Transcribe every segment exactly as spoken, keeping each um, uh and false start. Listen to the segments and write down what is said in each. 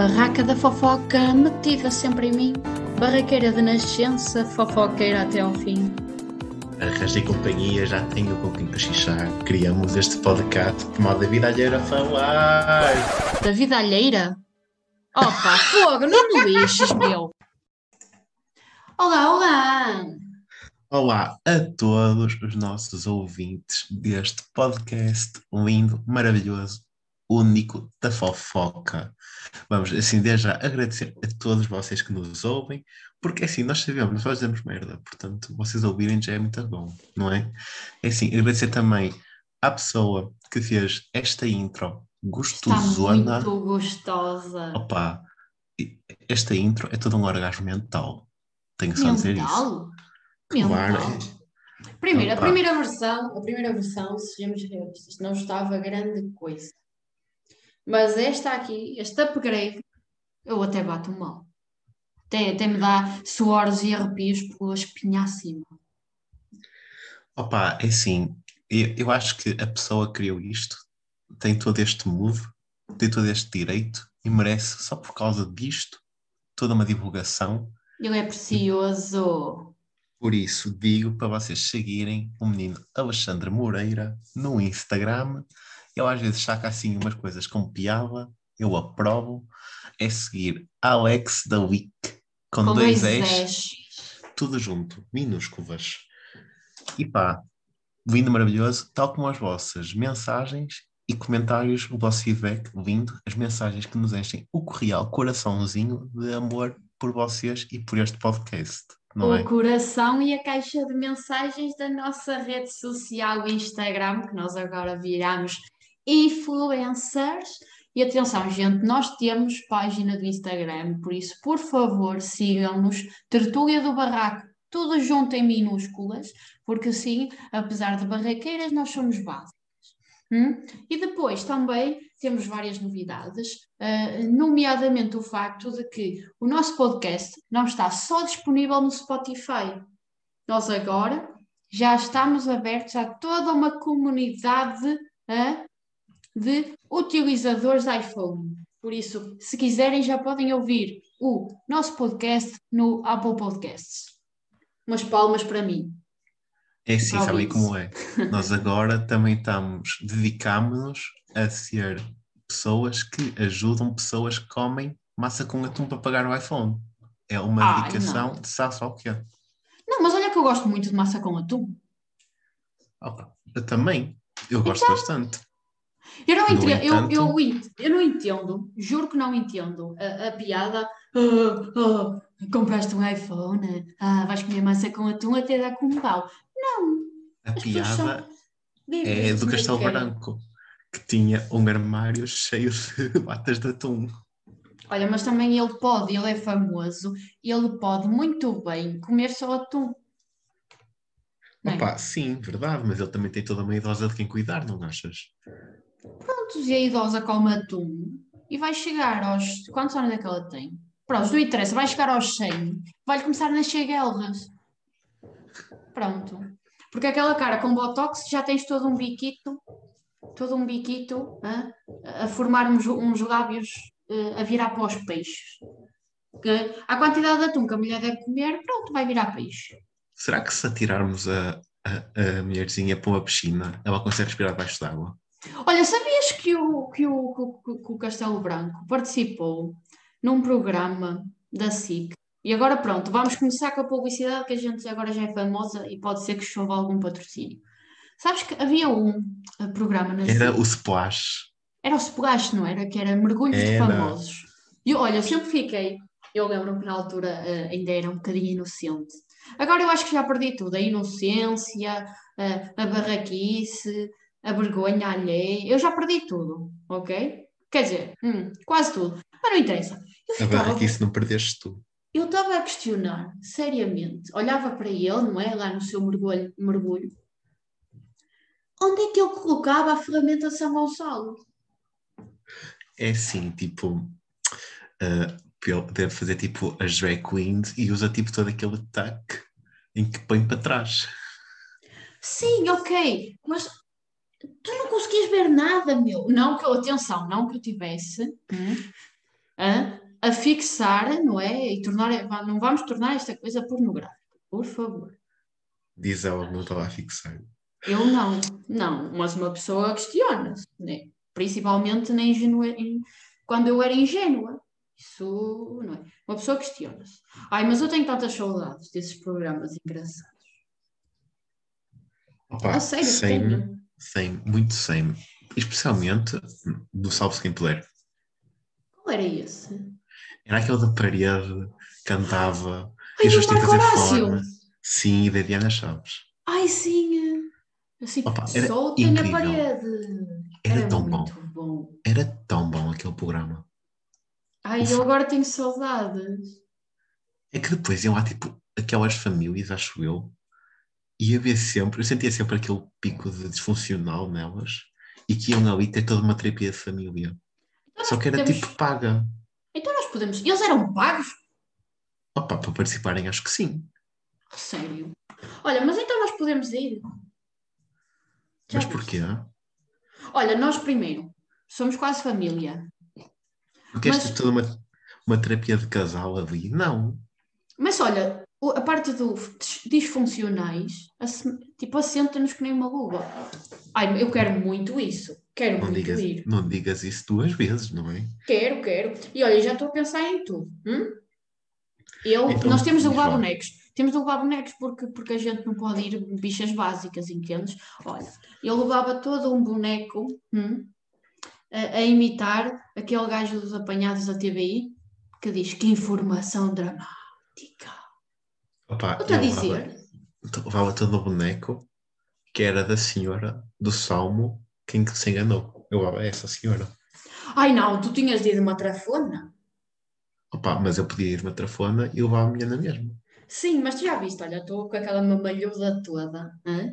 Barraca da fofoca metida sempre em mim, barraqueira de nascença, fofoqueira até ao fim. Arranjei companhia, já tenho com quem cochichar. Criamos este podcast de modo da vida alheira a falar. Da vida alheira? Opa, fogo, não me lixes, meu! Olá, olá! Olá a todos os nossos ouvintes deste podcast lindo, maravilhoso, único da fofoca. Vamos, assim, desde já agradecer a todos vocês que nos ouvem, porque assim, nós sabemos, nós fazemos merda, portanto, vocês ouvirem já é muito bom, não é? É assim, agradecer também à pessoa que fez esta intro Está gostosona. muito gostosa. Opa, esta intro é todo um orgasmo mental. Tenho só a dizer isso. Mental? Claro. Mental. Primeiro, a Opa. primeira versão, a primeira versão, sejamos realistas, não estava grande coisa. Mas esta aqui, este upgrade, eu até bato mal. Até, até me dá suores e arrepios pela espinha acima. Opa, é assim, eu, eu acho que a pessoa que criou isto tem todo este mood, tem todo este direito e merece, só por causa disto, toda uma divulgação. Ele é precioso. Por isso, digo para vocês seguirem o menino Alexandre Moreira no Instagram. Eu às vezes saco assim umas coisas com piada, eu aprovo. É seguir Alex da Week, com, Com dois dois S, S. tudo junto, minúsculas. E pá, lindo, maravilhoso, tal como as vossas mensagens e comentários, o vosso feedback lindo, as mensagens que nos enchem o correal coraçãozinho de amor por vocês e por este podcast, não é? O coração e a caixa de mensagens da nossa rede social Instagram, que nós agora viramos influencers. E atenção, gente, nós temos página do Instagram, por isso, por favor, sigam-nos, Tertúlia do Barraco, tudo junto em minúsculas, porque assim, apesar de barraqueiras, nós somos básicos. Hum? E depois também temos várias novidades, uh, nomeadamente o facto de que o nosso podcast não está só disponível no Spotify. Nós agora já estamos abertos a toda uma comunidade uh, de utilizadores de iPhone. Por isso, se quiserem, já podem ouvir o nosso podcast no Apple Podcasts. Umas palmas para mim. É assim, Para sabem ouvintes. como é? Nós agora também estamos, dedicámos-nos a ser pessoas que ajudam pessoas que comem massa com atum para pagar o iPhone. É uma Ai, dedicação não. de sabe só o que é. Não, mas olha que eu gosto muito de massa com atum. Opa, eu também, eu gosto Então, bastante. Eu não No entendo, eu, entanto, eu, ent- eu não entendo, juro que não entendo a, a piada. Ah, ah, compraste um iPhone, ah, vais comer massa com atum até dar com um pau. Não, a as pessoas são piada livres é de do comer o que Castelo querem. Branco, que tinha um armário cheio de latas de atum. Olha, mas também ele pode, ele é famoso, ele pode muito bem comer só atum, não é? Opa, sim, verdade, mas ele também tem toda uma idosa de quem cuidar, não achas? Pronto, e a idosa come atum e vai chegar aos. Quantos anos é que ela tem? Pronto, não interessa, vai chegar aos cem, vai começar a nascer guelras. Pronto. Porque aquela cara com botox já tens todo um biquito, todo um biquito, hã? A formar uns, uns lábios, eh, a virar para os peixes. Que, a quantidade de atum que a mulher deve comer, pronto, vai virar peixe. Será que se atirarmos a, a, a mulherzinha para uma piscina, ela consegue respirar debaixo d'água? Olha, sabias que o, que o, que o- que o Castelo Branco participou num programa da S I C? E agora pronto, vamos começar com a publicidade, que a gente agora já é famosa e pode ser que chova algum patrocínio. Sabes que havia um eh, programa na Era o S I C, splash. era o Splash, não era? Que era mergulhos de Era. famosos. E olha, eu sempre fiquei, eu lembro-me que na altura eh, ainda era um bocadinho inocente. Agora eu acho que já perdi tudo, a inocência, eh, a barraquice, a vergonha alheia, eu já perdi tudo, ok? Quer dizer, hum, quase tudo. Mas não interessa. Eu A ficava, barraquice não perdeste tu. eu estava a questionar, seriamente, olhava para ele, não é? Lá no seu mergulho, mergulho. Onde é que ele colocava a ferramenta São Gonçalo? É assim, tipo, uh, ele deve fazer tipo as drag queens e usa tipo todo aquele tac em que põe para trás. Sim, ok, mas tu não conseguias ver nada, meu. Não que eu, atenção, não que eu tivesse hum, hã, a fixar, não é? E tornar, não vamos tornar esta coisa pornográfica, por favor. Diz ela que não está lá a fixar. Eu não, não, mas uma pessoa questiona-se, né? Principalmente na ingenua, em- quando eu era ingênua. Isso, não é? Uma pessoa questiona-se. Ai, mas eu tenho tantas saudades desses programas engraçados. A Opa, sério que same, tenho. same, muito same. Especialmente do Salve-se Quem Puder. Qual era esse? Era aquele da parede, cantava, e Ai, as do pessoas têm que Marco fazer Horácio! forma. Sim, e da Diana Chaves. Ai, sim! Assim, Opa, era soltem a incrível. parede. Era Era tão muito bom. bom. Era tão bom aquele programa. Ai, eu Ufa. agora tenho saudades. É que depois iam lá, tipo, aquelas famílias, acho eu, e havia sempre, eu sentia sempre aquele pico de disfuncional nelas, e que iam ali ter toda uma terapia de família. Então Só nós que era tipo podemos. paga. Então nós podemos. Eles eram pagos? Opa, para participarem, acho que sim. Sério. Olha, mas então nós podemos ir. Já Mas porquê? viste? Olha, nós primeiro somos quase família. Porque és tipo Mas, toda uma, uma terapia de casal ali? Não. mas olha, o- a parte dos disfuncionais, asse- tipo, assenta-nos que nem uma luva. Ai, eu quero muito isso. Quero Não muito digas, ir. não digas isso duas vezes, não é? Quero, quero. E olha, já estou a pensar em tudo. Hum? Eu, nós Então, temos de diz levar lá. bonecos. Temos de levar bonecos porque, porque a gente não pode ir bichas básicas, entendes? Olha, eu levava todo um boneco, hum, a, a imitar aquele gajo dos apanhados da T V I que diz que informação dramática. Opa, Estou-te a eu dizer? levava, levava todo o boneco que era da senhora do Salmo, quem que se enganou. Eu levava essa senhora. Ai não, tu tinhas de ir de uma trafona. Opa, mas eu podia ir de uma trafona e levar a minha na mesma. Sim, mas tu já viste, olha, estou com aquela mamalhuda toda. Hã?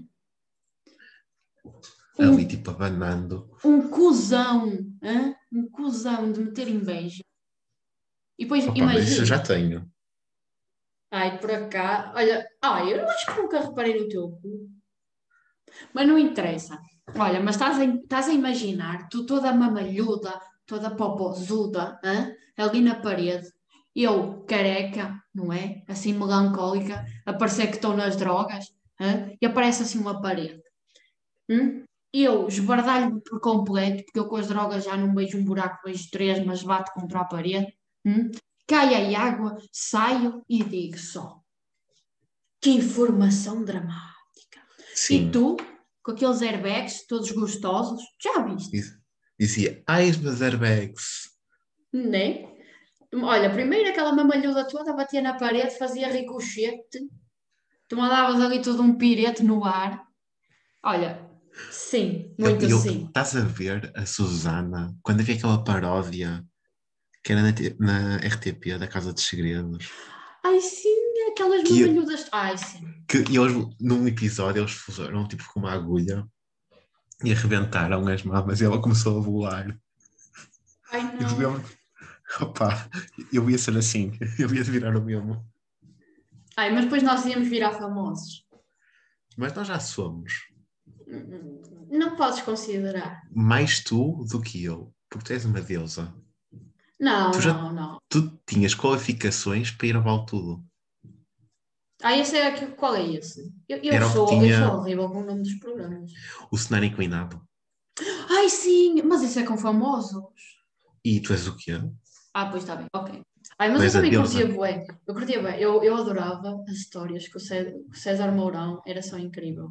Ali, Um, tipo, abanando. um cuzão, hã? Um cuzão de meter inveja. E depois Opa, mas isso eu imagina, já tenho. ai, por cá, olha, ai, eu acho que nunca reparei no teu cu, mas não interessa. Olha, mas estás a, estás a imaginar, tu toda mamalhuda, toda popozuda, hã? Ali na parede, eu careca, não é? Assim melancólica, a parecer que estou nas drogas, hã? E aparece assim uma parede. Hum? Eu esbardalho-me por completo, porque eu com as drogas já não vejo um buraco, vejo três, mas bato contra a parede. Hum? Cai a água, saio e digo só. Que informação dramática. E Sim. tu, com aqueles airbags todos gostosos, já viste, Diz- Dizia, ai, os meus airbags. né? Olha, primeiro aquela mamalhuda toda batia na parede, fazia ricochete, tu mandavas ali todo um pirete no ar. Olha, sim, Eu, muito eu, sim. estás a ver a Susana, quando havia aquela paródia que era na, T- na R T P, da Casa dos Segredos, Ai, sim, aquelas que, mamalhudas. Ai, sim. que eles, num episódio, eles fusaram tipo com uma agulha e arrebentaram as mamas e ela começou a voar. Ai, Eu não. lembro, opá, eu ia ser assim, eu ia virar o mesmo. Ai, mas depois nós íamos virar famosos. Mas nós já somos Não podes considerar. mais tu do que eu, porque tu és uma deusa. Não, Tu já não, não. tu tinhas qualificações para ir ao Vale Tudo. Ah, esse é aqui. Qual é esse? Eu, eu Era o que sou, eu sou tinha horrível com o nome dos programas. o cenário inclinado. Ai, sim, mas isso é com famosos. E tu és o quê? Ah, pois está bem, ok. Ai, mas Tu eu és a também deusa. curtia bué. Eu curtia bué. Eu, eu adorava as histórias que o Cé- o César Mourão era só incrível.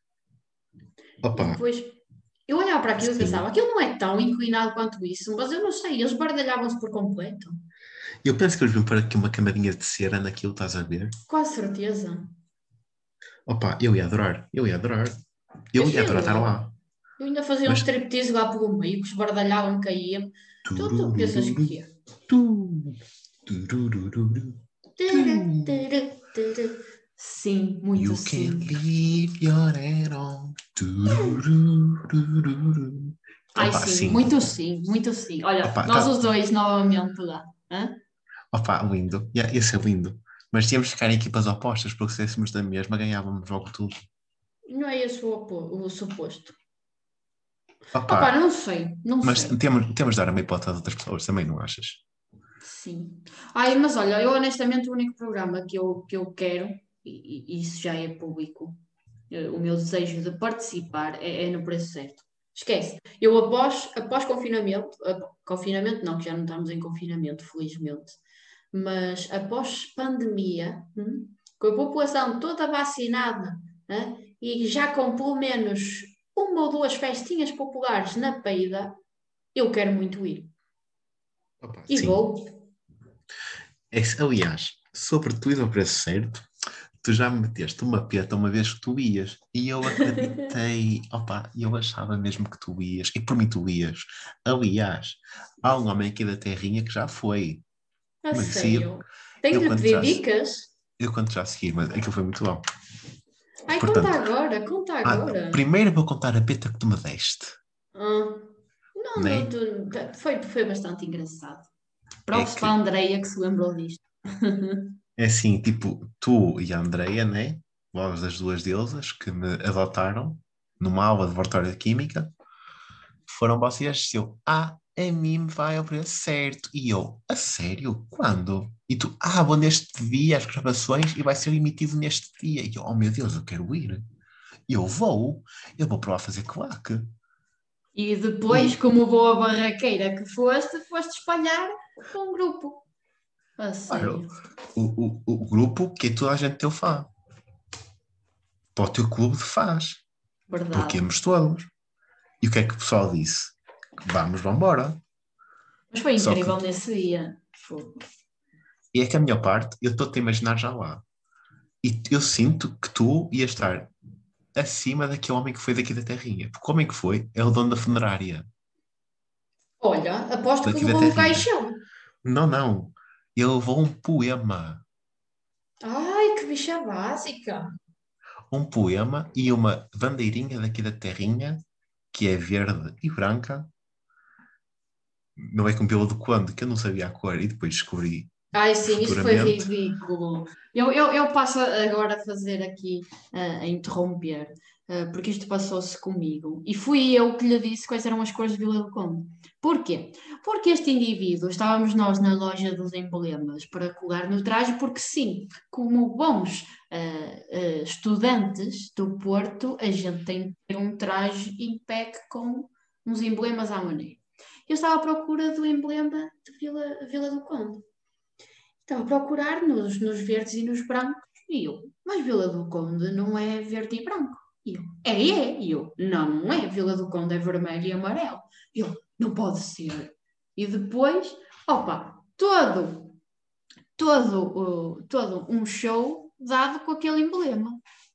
E Opa, depois eu olhava para aquilo e pensava, sim. aquilo não é tão inclinado quanto isso, mas eu não sei, eles bardalhavam-se por completo. Eu penso que eles vêm para aqui uma camadinha de cera naquilo, estás a ver? Quase certeza. Opa, eu ia adorar, eu ia adorar. Eu Eu ia sei adorar estar lá. lá. Eu ainda fazia um Mas. striptease lá pelo meio, que esbardalhavam, caía. Tu, tu pensas Tururururu, que é? tu, tururururu, tu. Turu, turu, turu. Sim, muito You can't sim. leave your head on. Tururururu. Ai, Opa, sim, sim. muito sim, muito sim. Olha, Opa, nós tá. os dois novamente lá. Hã? Opa, lindo. Ia, ia ser lindo. Mas tínhamos de ficar em equipas opostas, porque se fôssemos da mesma, ganhávamos logo tudo. Não é esse o, opo- o suposto. Opá, Opa, não sei, não mas sei. temos, temos de dar uma hipótese a outras pessoas, também não achas? Sim. Ai, mas olha, eu honestamente o único programa que eu, que eu quero, e, e isso já é público, eh, o meu desejo de participar é, é no preço certo. Esquece. Eu após, após confinamento, ap- confinamento não, que já não estamos em confinamento, felizmente, mas após pandemia, hum, com a população toda vacinada, hã, e já com pelo menos uma ou duas festinhas populares na peida, eu quero muito ir. Opa, E sim. vou. É, aliás, sobre tu ir ao preço certo, tu já me meteste uma peta uma vez que tu ias e eu acreditei, opa, eu achava mesmo que tu ias e por mim tu ias. Aliás, há um homem aqui da terrinha que já foi, A mas isso aí eu, sério. Tenho eu que lhe quando pedir já, dicas? eu quando já segui, mas aquilo foi muito bom. Ai, conta Portanto, agora, conta ah, agora. primeiro vou contar a peta que tu me deste, Ah, não, não, né? tu- tá- foi, foi bastante engraçado. É Props para a que Andreia que se lembrou disto. é assim, tipo, tu e a Andreia, né? Vós das duas deusas que me adotaram numa aula de laboratório de Química, foram vocês, eu, ah, a mim me vai ao preço certo. E eu, a sério? Quando? E tu, ah, vou neste dia às gravações e vai ser emitido neste dia. E eu, oh meu Deus, eu quero ir. E eu vou, eu vou para lá fazer claque. E depois, E, como boa barraqueira que foste, foste espalhar para um grupo. A claro, sério. o, o, o grupo que é toda a gente teu fã, para o teu clube de fãs, porque Verdade. íamos todos. E o que é que o pessoal disse? Vamos, vamos embora. Mas foi Só que, incrível nesse dia. Fogo. e é que a minha parte, eu estou-te a imaginar já lá. E eu sinto que tu ias estar acima daquele homem que foi daqui da terrinha. Porque o homem que foi é o dono da funerária Olha, aposto que daqui da levou um terrinha. caixão. Não, não. Ele levou um poema. Ai, que bicha básica. Um poema e uma bandeirinha daqui da terrinha, que é verde e branca. Não é com pelo do conde, que eu não sabia a cor e depois descobri Ai, sim, isto foi futuramente. ridículo. Eu, eu, eu passo agora a fazer aqui, ah, a interromper, ah, porque isto passou-se comigo. E fui eu que lhe disse quais eram as cores de Vila do Conde. Porquê? Porque este indivíduo, estávamos nós na loja dos emblemas para colar no traje, porque sim, como bons ah, ah, estudantes do Porto, a gente tem que ter um traje impec com uns emblemas à maneira. Eu estava à procura do emblema de Vila, Vila do Conde. Estava a procurar nos, nos verdes e nos brancos. E eu, mas Vila do Conde não é verde e branco. E eu, é, é. E eu, não, não é. Vila do Conde é vermelho e amarelo. E eu, não pode ser. E depois, opa, todo, todo, uh, todo um show dado com aquele emblema.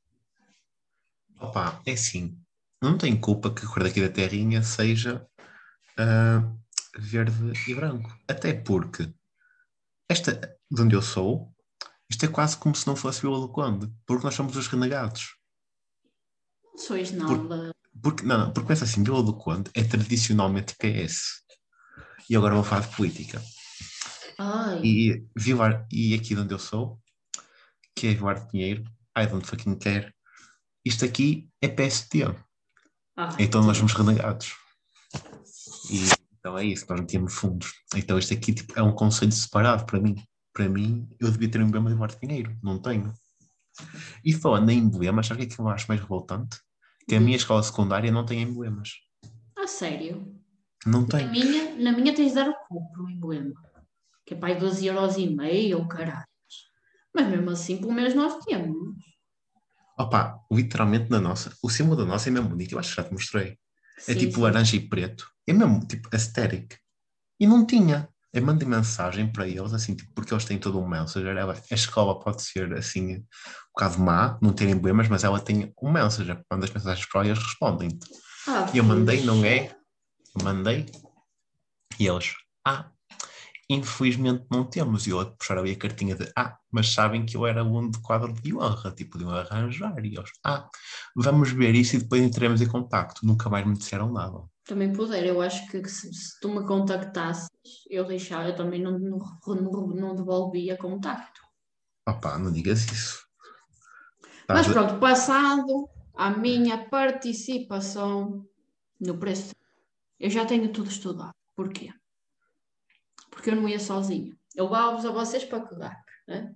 Opa, é assim. Não tem culpa que a cor daqui da terrinha seja ah, verde e branco. Até porque esta, de onde eu sou, isto é quase como se não fosse Vila do Conde, porque nós somos os renegados. Não sois Por- nada. porque, não, não, porque pensa assim, Vila do Conde é tradicionalmente P S. E agora vou falar de política. Ai, E, Vilar, e aqui de onde eu sou, que é Vilar de Pinheiro, I don't fucking care. Isto aqui é P S D. ai, Então nós tu. somos renegados. E então é isso, nós não tínhamos fundos. Então isto aqui tipo, é um conselho separado para mim. Para mim, eu devia ter um emblema de Vilar de Pinheiro. Não tenho. E falando em emblemas, sabe o que é que eu acho mais revoltante? Que a minha Diz. escola secundária não tem emblemas. A sério. Não Na tem. minha, na minha tens de dar o cu para o emblema. Que é para aí doze euros e meio, caralho. Mas mesmo assim, pelo menos nós temos. Opa, literalmente na nossa, o símbolo da nossa é mesmo bonito, eu acho que já te mostrei. É Sim, tipo sim. laranja e preto. É mesmo tipo aesthetic. E não tinha. Eu mandei mensagem para eles, assim, tipo, porque eles têm todo um Messenger. Ela, a escola pode ser, assim, um bocado má, não ter emblemas, mas ela tem um Messenger. Manda as mensagens para eles, respondem-te. Ah, E eu mandei, não fixe. é? Eu mandei. E eles, ah, infelizmente não temos. E eu a puxar ali a cartinha de, ah, mas sabem que eu era aluno de quadro de honra, tipo, de arranjar. E eles, ah, vamos ver isso e depois entraremos em contacto. Nunca mais me disseram nada. Também puder. Eu acho que, que se, se tu me contactasses, eu deixava, eu também não, não, não, não devolvia contacto. Opá, não digas isso. Mas Estás a... pronto, passado a minha participação no preço, eu já tenho tudo estudado. Porquê? Porque eu não ia sozinha. Eu levava-vos a vocês para cagar, né?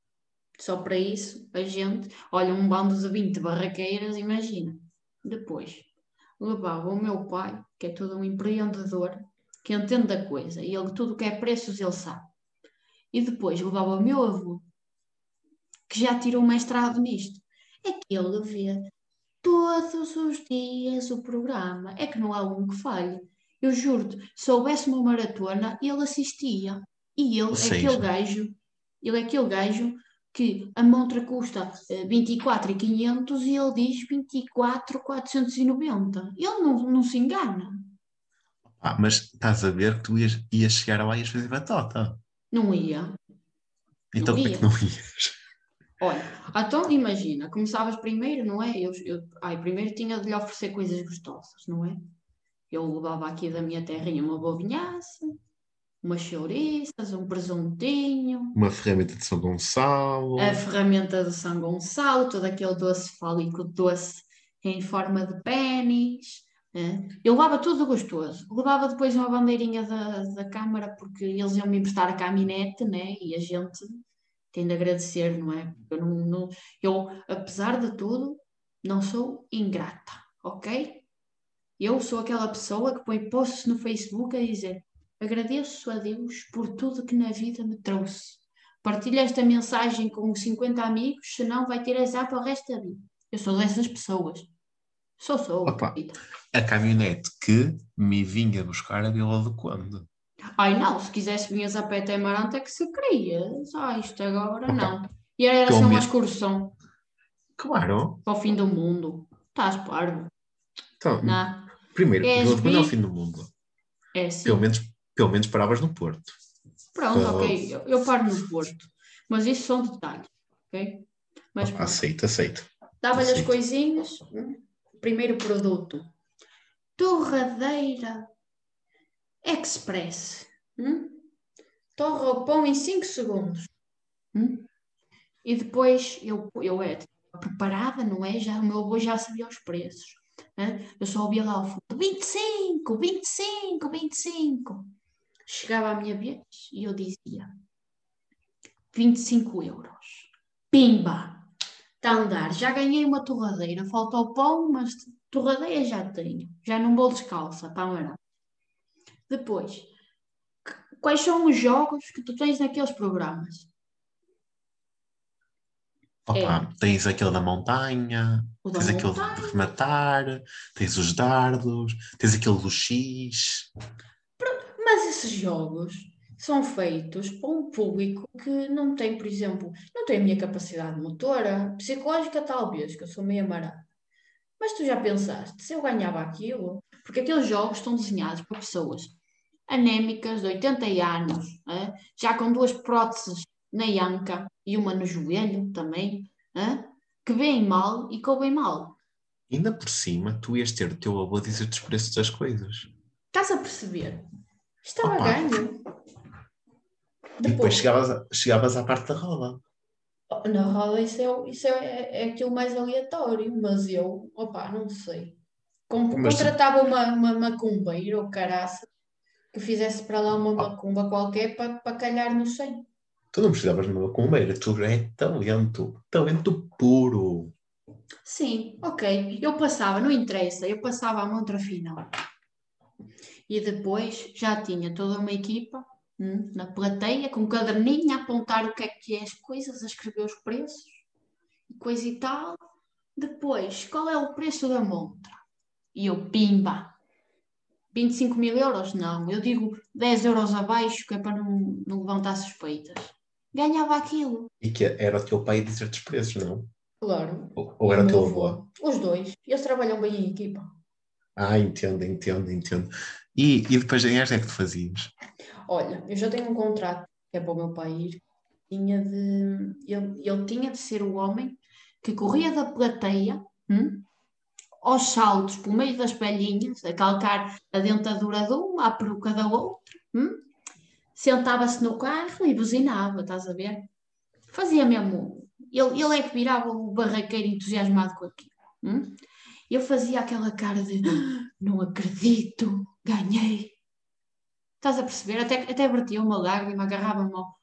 Só para isso, a gente, olha, um bando de vinte barraqueiras, imagina. Depois, levava o meu pai, que é todo um empreendedor, que entende da coisa, e ele tudo que é preços, ele sabe. E depois levava o meu avô, que já tirou um mestrado nisto. É que ele vê todos os dias o programa. É que não há um que falhe. Eu juro-te, se houvesse uma maratona, ele assistia. E Ou ele é aquele seja, gajo, ele é aquele gajo que a montra custa eh, vinte e quatro mil e quinhentos e ele diz vinte e quatro mil quatrocentos e noventa. Ele não, não se engana. ah, mas estás a ver que tu ias, ias chegar lá e ias fazer batota. Não ia, Então não como é que ia. não ias? Olha, então imagina, começavas primeiro, não é? Eu, eu, ai, primeiro tinha de lhe oferecer coisas gostosas, não é? Eu levava aqui da minha terrinha uma boa vinhaça, umas chouriças, um presuntinho, Uma ferramenta de São a Gonçalo, ferramenta de São Gonçalo, todo aquele doce fálico doce em forma de pênis. eh. Eu levava tudo gostoso. Levava depois uma bandeirinha da, da Câmara, porque eles iam me emprestar a caminhonete, né? E a gente tem de agradecer, não é? Eu, não, não- eu, apesar de tudo, não sou ingrata, ok? Eu sou aquela pessoa que põe posts no Facebook a dizer: agradeço a Deus por tudo que na vida me trouxe. Partilha esta mensagem com cinquenta amigos, senão vai ter azar para o resto da vida. Eu sou dessas pessoas. Sou, sou, opa, acredita. a caminhonete que me vinha buscar a Vila do Conde. Ai não, se quisesse vinhas a pé até Maranta é que se querias. Ah, isto agora Opa, não. E era pelo ser uma menos, excursão claro. para o fim do mundo. Estás parvo? Então, Não. primeiro, Queres Vila do Conde é o fim vir? do mundo. É Pelo sim. menos, pelo menos paravas no Porto. Pronto, ok, Então, eu, eu paro no Porto. Mas isso são detalhes, ok? Mas opa, pronto. aceito, aceito. Dava-lhe as Aceito. coisinhas. hum, Primeiro produto. Torradeira Express. hum? Torra o pão em cinco segundos. hum? E depois eu, eu era preparada, não é? Já, o meu avô já sabia os preços. hã? Eu só ouvia lá ao fundo: vinte e cinco, vinte e cinco, vinte e cinco. Chegava a minha vez e eu dizia: vinte e cinco euros. Pimba! Está a andar. Já ganhei uma torradeira. Falta o pão, mas torradeira já tenho. Já não vou descalça para amarrar. Depois, quais são os jogos que tu tens naqueles programas? Opa, É tens aquele da montanha, o da tens aquele de montanha. rematar, tens os dardos, tens aquele do X. Mas esses jogos são feitos para um público que não tem, por exemplo, não tem a minha capacidade motora, psicológica talvez, que eu sou meio amarada. Mas tu já pensaste, se eu ganhava aquilo? Porque aqueles jogos estão desenhados para pessoas anémicas de oitenta anos, eh, já com duas próteses na anca e uma no joelho também, eh, que veem mal e comem mal. Ainda por cima, tu ias ter o teu avô a dizer-te os preços das coisas. Estás a perceber? Estava Opa, ganho. e depois Depois, chegavas, a- chegavas à parte da roda. na roda isso é, o- isso é, é aquilo mais aleatório, mas eu, opá, não sei. Com- Mas tu, Contratava uma, uma macumbeira ou caraça que fizesse para lá uma oh, macumba qualquer para, para calhar no cem. tu não precisavas de uma combeira, tu já é talento, talento puro. Sim, ok. Eu passava, não interessa, eu passava a montra final. E depois já tinha toda uma equipa, hum, na plateia, com um caderninho a apontar o que é que é as coisas, a escrever os preços, coisa e tal. Depois, qual é o preço da montra? E eu, pimba, vinte e cinco mil euros? Não, eu digo dez euros abaixo, que é para não, não levantar suspeitas. Ganhava aquilo, E que era o teu pai a dizer-te os preços, não? claro. Ou, ou E o era o meu teu avô? avô, os dois, eles trabalham bem em equipa. Ah, entendo, entendo, entendo. E, e depois em arte é que tu fazias? Olha, eu já tenho um contrato que é para o meu pai ir. Tinha de, ele, ele tinha de ser o homem que corria da plateia, hum, aos saltos pelo meio das palhinhas, a calcar a dentadura de um, à peruca da outra, hum, sentava-se no carro e buzinava, estás a ver? Fazia mesmo. Ele, ele é que virava o barraqueiro entusiasmado com aquilo. hum. Eu fazia aquela cara de "Ah, não acredito, ganhei. Estás a perceber? Até, até vertia uma lágrima, agarrava-me ao,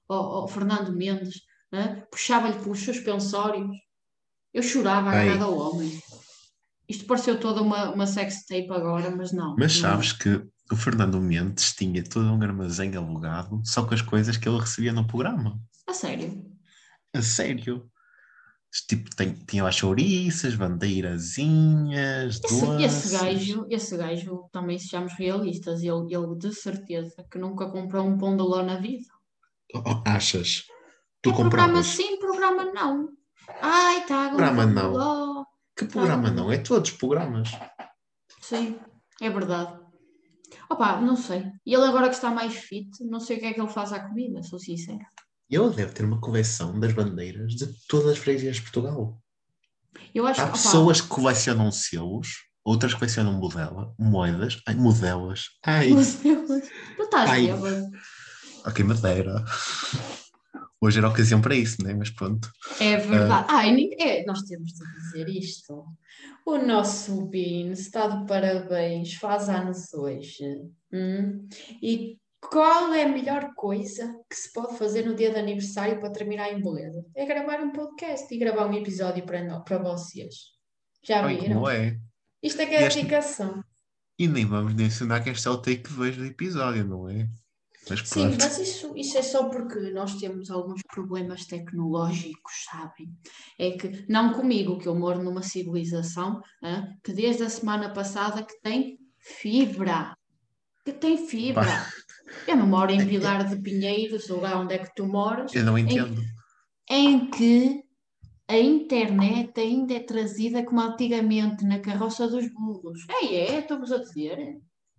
ao, ao Fernando Mendes, né? Puxava-lhe pelos suspensórios. Eu chorava agarrada Bem, ao homem. Isto pareceu toda uma, uma sex tape agora, mas não, mas não é. sabes que o Fernando Mendes tinha todo um armazém alugado só com as coisas que ele recebia no programa. A sério. A sério. Tipo, tem, tinha lá chouriças, bandeirazinhas, Esse, esse doces. gajo, esse gajo, também sejamos realistas, ele, ele de certeza que nunca comprou um pão de ló na vida. Oh, oh, achas? É Tu programa compravas? sim, programa não. Ai, traga um Programa pão de não. ló, Que traga um programa pão não? de É ló. todos os programas. Sim, é verdade. Opa, não sei. E ele agora que está mais fit, não sei o que é que ele faz à comida, sou sincera. Ele deve ter uma coleção das bandeiras de todas as freguesias de Portugal. Eu acho Há que, opa, pessoas que colecionam selos, outras colecionam modela, moedas. Ai, modelas. meu Ai, Deus, tu estás ai. bêbado. Ok, madeira. Hoje era ocasião para isso, né? Mas pronto. É Ah, verdade. Ai, nin- é, nós temos de dizer isto. O nosso Bean está de parabéns, faz anos hoje. Hum? E qual é a melhor coisa que se pode fazer no dia de aniversário para terminar em beleza? É gravar um podcast e gravar um episódio para, no- para vocês. Já ai, como viram? é? Isto é que E, é este, dedicação. e nem vamos mencionar que este é o take dois do episódio, não é? Mas Sim, pronto. mas isso, isso é só porque nós temos alguns problemas tecnológicos, sabem? É que, não comigo, que eu moro numa civilização, hã, que desde a semana passada que tem fibra, que tem Pá, fibra. Eu não moro em é- é- Vilar de Pinheiros, ou lá onde é que tu moras, eu não em, entendo. em que a internet ainda é trazida como antigamente, na carroça dos burros. É, é, estou-vos a dizer.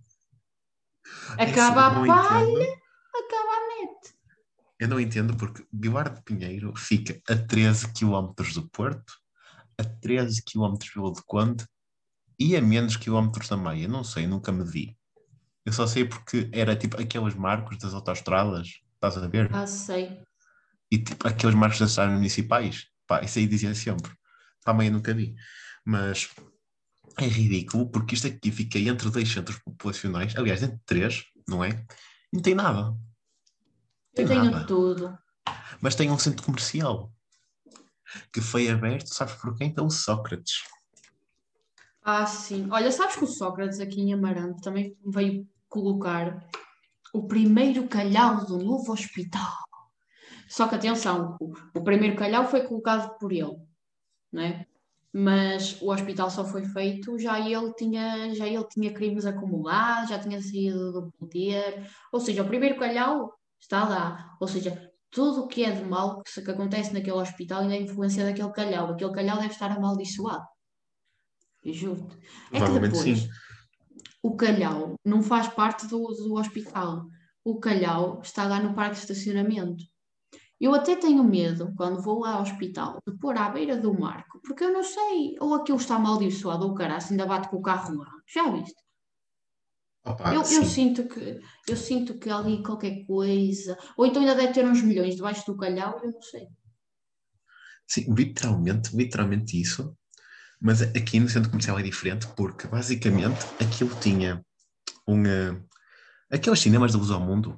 É assim, Acaba eu a não palha, entendo. acaba a net. Eu não entendo porque Vilar de Pinheiro fica a treze quilómetros do Porto, a treze quilómetros de Vila do Conde e a menos quilómetros da Maia. Não sei, nunca me vi. Eu só sei porque era tipo aqueles marcos das autoestradas, estás a ver? Ah, sei. E tipo aqueles marcos das estradas municipais. Pá, isso aí dizia sempre. Para a Maia nunca vi. Mas é ridículo porque isto aqui fica entre dois centros populacionais, aliás, entre três, não é? E não tem nada. Não Eu tem tenho nada. tudo. Mas tem um centro comercial que foi aberto, sabes por quem? Pelo Sócrates. Ah, sim. Olha, sabes que o Sócrates aqui em Amarante também veio colocar o primeiro calhau do novo hospital. Só que atenção, o, o primeiro calhau foi colocado por ele, não é? Mas o hospital só foi feito, já ele tinha, já ele tinha crimes acumulados, já tinha saído do poder. Ou seja, o primeiro calhau está lá. Ou seja, tudo o que é de mal que, se- que acontece naquele hospital ainda é influência daquele calhau. Aquele calhau deve estar amaldiçoado. Eu juro-te. É que Provavelmente depois sim. o calhau não faz parte do, do hospital. O calhau está lá no parque de estacionamento. Eu até tenho medo, quando vou lá ao hospital, de pôr à beira do marco, porque eu não sei, ou aquilo está amaldiçoado, ou o caraço ainda bate com o carro lá. Já viste? Opa, Eu, eu sim. sinto que, eu sinto que há ali qualquer coisa, ou então ainda deve ter uns milhões debaixo do calhau, eu não sei. Sim, literalmente, literalmente isso. Mas aqui no centro comercial é diferente porque basicamente aquilo tinha um. eh, aqueles cinemas da Luz ao Mundo,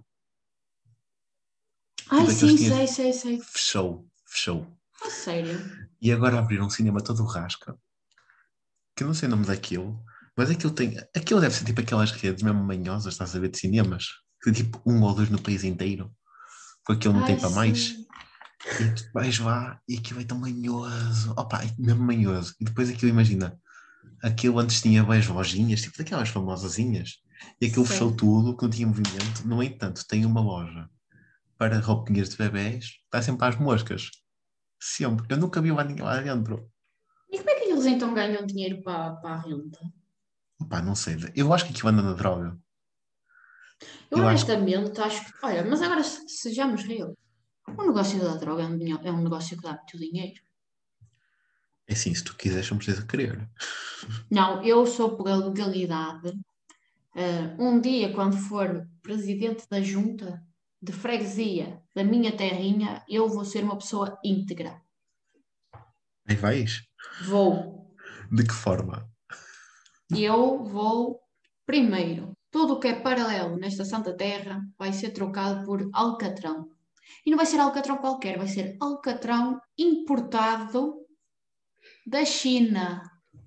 Ai, tipo aqueles sim, que tinha. sei, sei, sei. Fechou, fechou. A sério. E agora abriram um cinema todo rasca, que eu não sei o nome daquilo, mas aquilo tem. Aquilo deve ser tipo aquelas redes mesmo manhosas, estás a ver, de cinemas, que tem tipo um ou dois no país inteiro, porque aquilo não tem Ai, para mais. sim. E tu vais lá e aquilo é tão manhoso, opa, é mesmo manhoso. E depois aquilo, imagina, aquilo antes tinha bem lojinhas, tipo daquelas famosazinhas, e aquilo fechou Certo. tudo, que não tinha movimento. No entanto, tem uma loja para roupinhas de bebés, está sempre às moscas. Sempre. Eu nunca vi lá ninguém lá dentro. E como é que eles então ganham dinheiro para, para a renda? Opa, não sei. Eu acho que aquilo anda na droga. Eu Eu acho que, honestamente acho que, olha, mas agora se- sejamos real. O negócio da droga é um, dinhe- é um negócio que dá muito dinheiro. é assim, se tu quiseres, não precisas querer. Não, eu sou pela legalidade. Ah, um dia, quando for presidente da junta de freguesia da minha terrinha, eu vou ser uma pessoa íntegra. Aí vais? Vou. De que forma? Eu vou, primeiro, tudo o que é paralelo nesta Santa Terra vai ser trocado por alcatrão. E não vai ser alcatrão qualquer, vai ser alcatrão importado da China.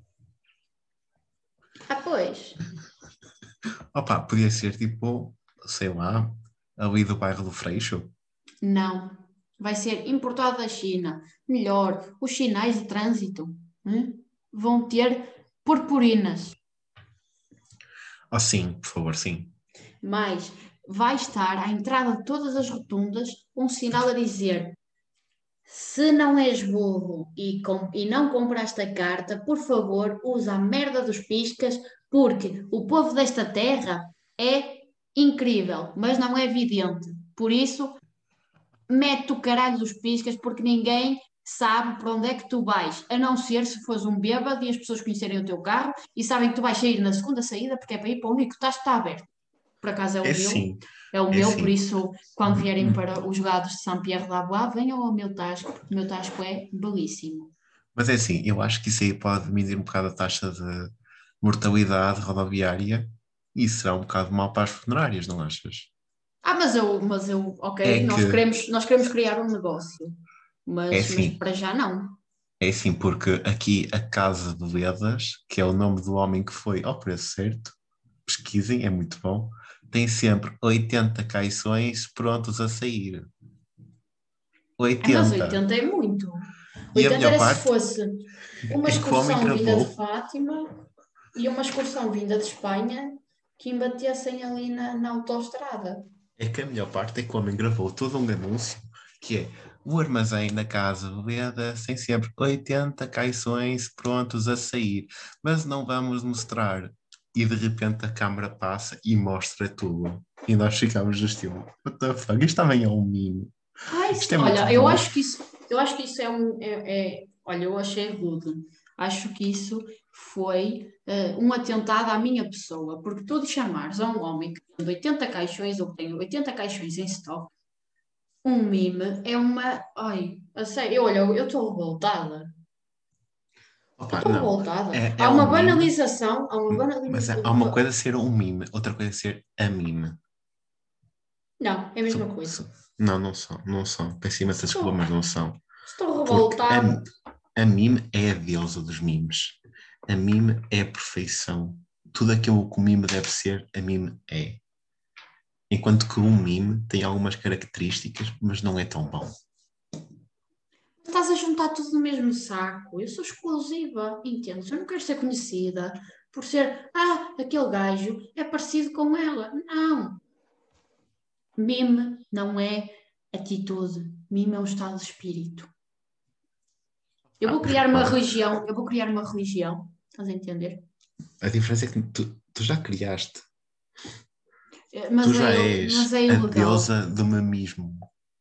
Ah, pois. Opa, podia ser tipo, sei lá, ali do bairro do Freixo. Não. Vai ser importado da China. Melhor, os sinais de trânsito, hum, vão ter purpurinas. Ah, sim, por favor, sim. Mas vai estar à entrada de todas as rotundas um sinal a dizer: se não és burro e, com- e não compraste a carta, por favor, usa a merda dos piscas, porque o povo desta terra é incrível, mas não é vidente. Por isso, mete o caralho dos piscas, porque ninguém sabe para onde é que tu vais, a não ser se fores um bêbado e as pessoas conhecerem o teu carro e sabem que tu vais sair na segunda saída, porque é para ir para onde que estás, está aberto. Por acaso é o É meu, sim, é o é meu, por sim. isso, quando vierem para os gados de Saint-Pierre-d'Arbois, venham ao meu tasco, porque o meu tasco é belíssimo. Mas é assim, eu acho que isso aí pode diminuir um bocado a taxa de mortalidade rodoviária e será um bocado mau para as funerárias, não achas? Ah, mas eu, mas eu, ok, É nós que, queremos, nós queremos criar um negócio, é mas, mas assim, para já não. é assim, porque aqui a Casa de Vedas, que é o nome do homem que foi ao preço certo, pesquisem, é muito bom, tem sempre oitenta caições prontos a sair. Ah, mas oitenta. oitenta é muito. E a oitenta melhor era se parte fosse uma é que o homem excursão vinda de gravou. Fátima e uma excursão vinda de Espanha que embatessem ali na, na autoestrada. É que a melhor parte é que o homem gravou todo um anúncio que é o armazém da Casa Veleda tem sempre oitenta caições prontos a sair, mas não vamos mostrar. E de repente a câmara passa e mostra tudo. E nós ficamos do estilo, what the fuck, isto também é um meme. Ai, Isto sim. é muito Olha, eu bom. acho que isso, eu acho que isso é um, é, é- olha, eu achei rude. Acho que isso foi eh, um atentado à minha pessoa, porque tu de chamares a um homem que tem oitenta caixões ou que tem oitenta caixões em stock, um mime, é uma, ai, a sério, eu, olha, eu estou revoltada. Eu Opa, estou não, revoltada. é, é Há um uma meme, banalização, há uma mas há uma banalização. coisa ser um meme, outra coisa ser a meme. Não, é a mesma São- coisa. são- não, não são, não são. Peço imensa desculpa, Estou, mas não são. estou Porque revoltada. a, a mime é a deusa dos memes. A mime é a perfeição. Tudo aquilo que o mime deve ser, a mime é. Enquanto que um mime tem algumas características, mas não é tão bom. Estás a juntar tudo no mesmo saco. Eu sou exclusiva, entendes? Eu não quero ser conhecida por ser, ah, aquele gajo é parecido com ela. Não. Mime não é atitude. Mime é um estado de espírito. Eu Ah, vou criar uma olha, religião. Eu vou criar uma religião. Estás a entender? a diferença é que tu, tu já criaste. Eh, Tu Mas já é, mas és é a ilegal. deusa do memismo.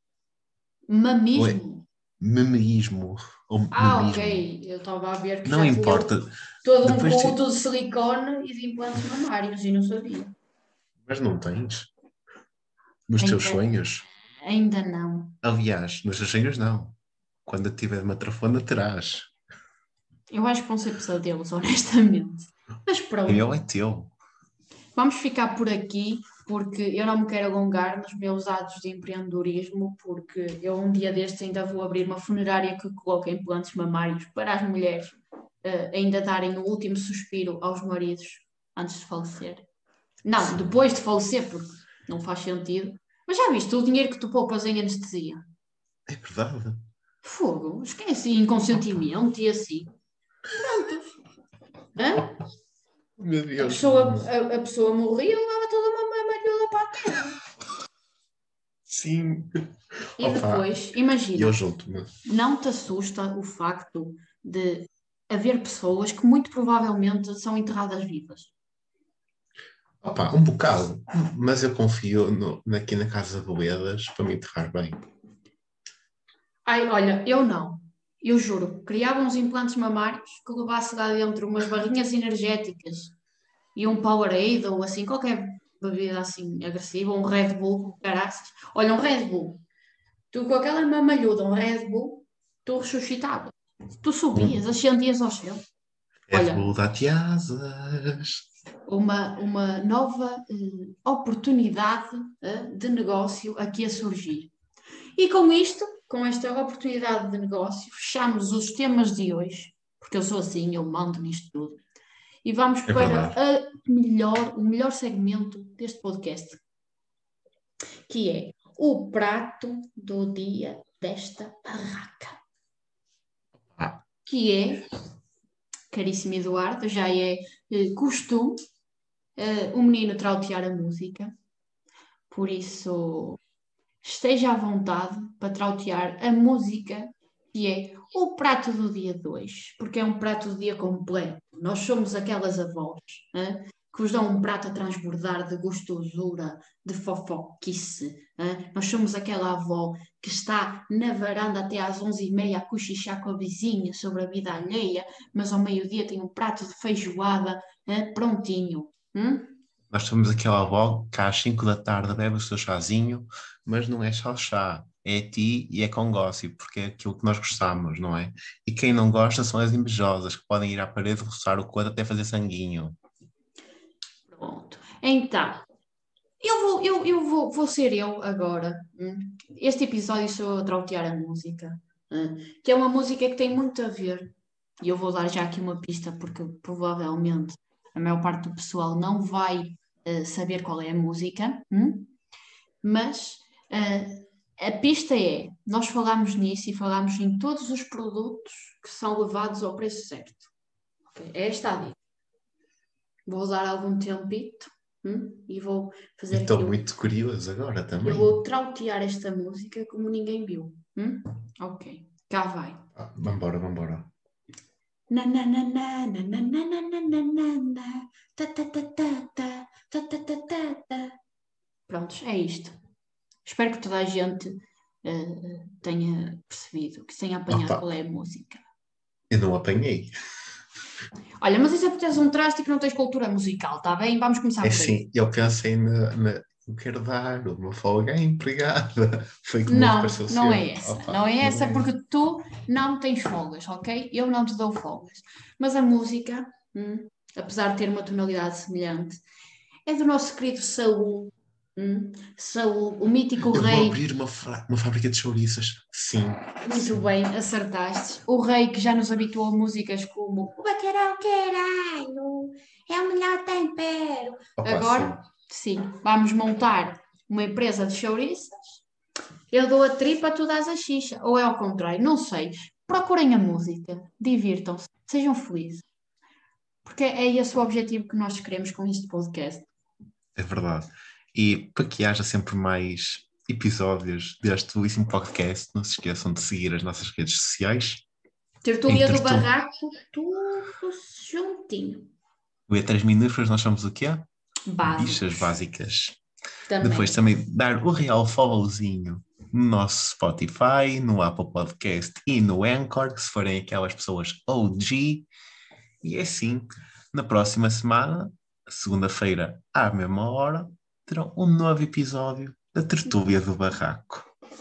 Ou é Mamismo. memeísmo. Ou Ah, ok. memismo. Eu estava a ver que Não já tinham importa. todo um Depois culto de... de silicone e de implantes mamários e não sabia. Mas não tens. Nos teus Ainda, sonhos. ainda não. Aliás, nos teus sonhos não. Quando eu tiver uma trafona, terás. Eu acho que vão ser pesadelos, honestamente. Mas O meu pronto, é teu. vamos ficar por aqui, porque eu não me quero alongar nos meus atos de empreendedorismo, porque eu um dia destes ainda vou abrir uma funerária que coloca implantes mamários para as mulheres eh, ainda darem o último suspiro aos maridos antes de falecer. Não, Sim. depois de falecer, porque não faz sentido. Mas já viste o dinheiro que tu poupas em anestesia? É verdade. Fogo, esquece, Opa. inconscientemente e assim. Prontos. Hã? Meu A Deus. pessoa, a, a pessoa morria e levava toda uma mamalhuda para a terra. Sim. E Opa. depois, E eu imagina, junto-me. não te assusta o facto de haver pessoas que muito provavelmente são enterradas vivas? Opa, um bocado. Mas eu confio no, aqui na Casa de Boedas para me enterrar bem. Ai, olha, eu não. Eu juro, criava uns implantes mamários que levasse lá dentro umas barrinhas energéticas e um Powerade ou assim, qualquer bebida assim agressiva, um Red Bull, caraças. Olha, um Red Bull. Tu com aquela mamalhuda, um Red Bull, tu ressuscitavas. Tu subias, Um ascendias ao céu. Red Olha, Bull dá-te asas. uma, uma nova eh, oportunidade eh, de negócio aqui a surgir. E com isto, com esta oportunidade de negócio, fechamos os temas de hoje, porque eu sou assim, eu mando nisto tudo. E vamos É para verdade. a melhor, o melhor segmento deste podcast, que é o prato do dia desta barraca. Ah, Que é, caríssimo Eduardo, já é eh, costume eh, o menino trautear a música, por isso esteja à vontade para trautear a música que é o prato do dia dois, porque é um prato do dia completo. Nós somos aquelas avós, hã, que vos dão um prato a transbordar de gostosura, de fofoquice. Hã? Nós somos aquela avó que está na varanda até às onze e meia a cochichar com a vizinha sobre a vida alheia, mas ao meio-dia tem um prato de feijoada, hã, prontinho. Hum? nós somos aquela avó que às cinco da tarde bebe o seu chazinho, mas não é só chá, é ti e é com gossip, porque é aquilo que nós gostamos, não é? E quem não gosta são as invejosas, que podem ir à parede roçar o couro até fazer sanguinho. Pronto. Então, Eu vou, eu, eu vou, vou ser eu agora. hum. Este episódio sou eu a trautear a música, hum, que é uma música que tem muito a ver, e eu vou dar já aqui uma pista, porque provavelmente a maior parte do pessoal não vai eh, saber qual é a música, hum, mas eh, a pista é: nós falámos nisso e falámos em todos os produtos que são levados ao preço certo. Ok? É esta a dica. Vou dar algum tempito, hum, e vou E fazer aqui estou o muito curioso agora Eu também. vou trautear esta música como ninguém viu. Hum? Ok, cá vai. Ah, vambora, vambora. Na na na na na na na na na na na na. Ta ta ta ta ta ta ta ta ta ta. Prontos, é isto. Espero que toda a gente eh, tenha percebido, que tenha apanhado Opa, qual é a música. eu não apanhei. Olha, mas isso é porque tens um traste e que não tens cultura musical, tá bem? Vamos É começar por aí. assim, eu pensei na, na- eu quero dar uma folga à empregada. Foi como me Não, pareceu não ser. é essa. Opa, Não é não essa é. porque tu não tens folgas, ok? Eu não te dou folgas. Mas a música, hum, apesar de ter uma tonalidade semelhante, é do nosso querido Saul. hum, Saul, o mítico Eu vou rei. abrir uma, fra- uma fábrica de chouriças. Sim, Muito sim. bem, acertaste. O rei que já nos habituou a músicas como O Bacalhau Caralho, é o melhor tempero. Opa, Agora, fogo. sim, vamos montar uma empresa de chouriças. Eu dou a tripa, tu dás a xixa. Ou é ao contrário, não sei. Procurem a música, divirtam-se, sejam felizes. Porque é esse o objetivo que nós queremos com este podcast. É verdade. E para que haja sempre mais episódios deste belíssimo podcast, não se esqueçam de seguir as nossas redes sociais. Em Tertulia do Tertu... Barraco, tudo juntinho. O E três Minúsculas, nós somos o quê? Bichas Básicos básicas. Depois também. também dar o real followzinho no nosso Spotify, no Apple Podcast e no Anchor, se forem aquelas pessoas O G. E é assim, na próxima semana, segunda-feira, à mesma hora, terão um novo episódio da Tertúlia do Barraco.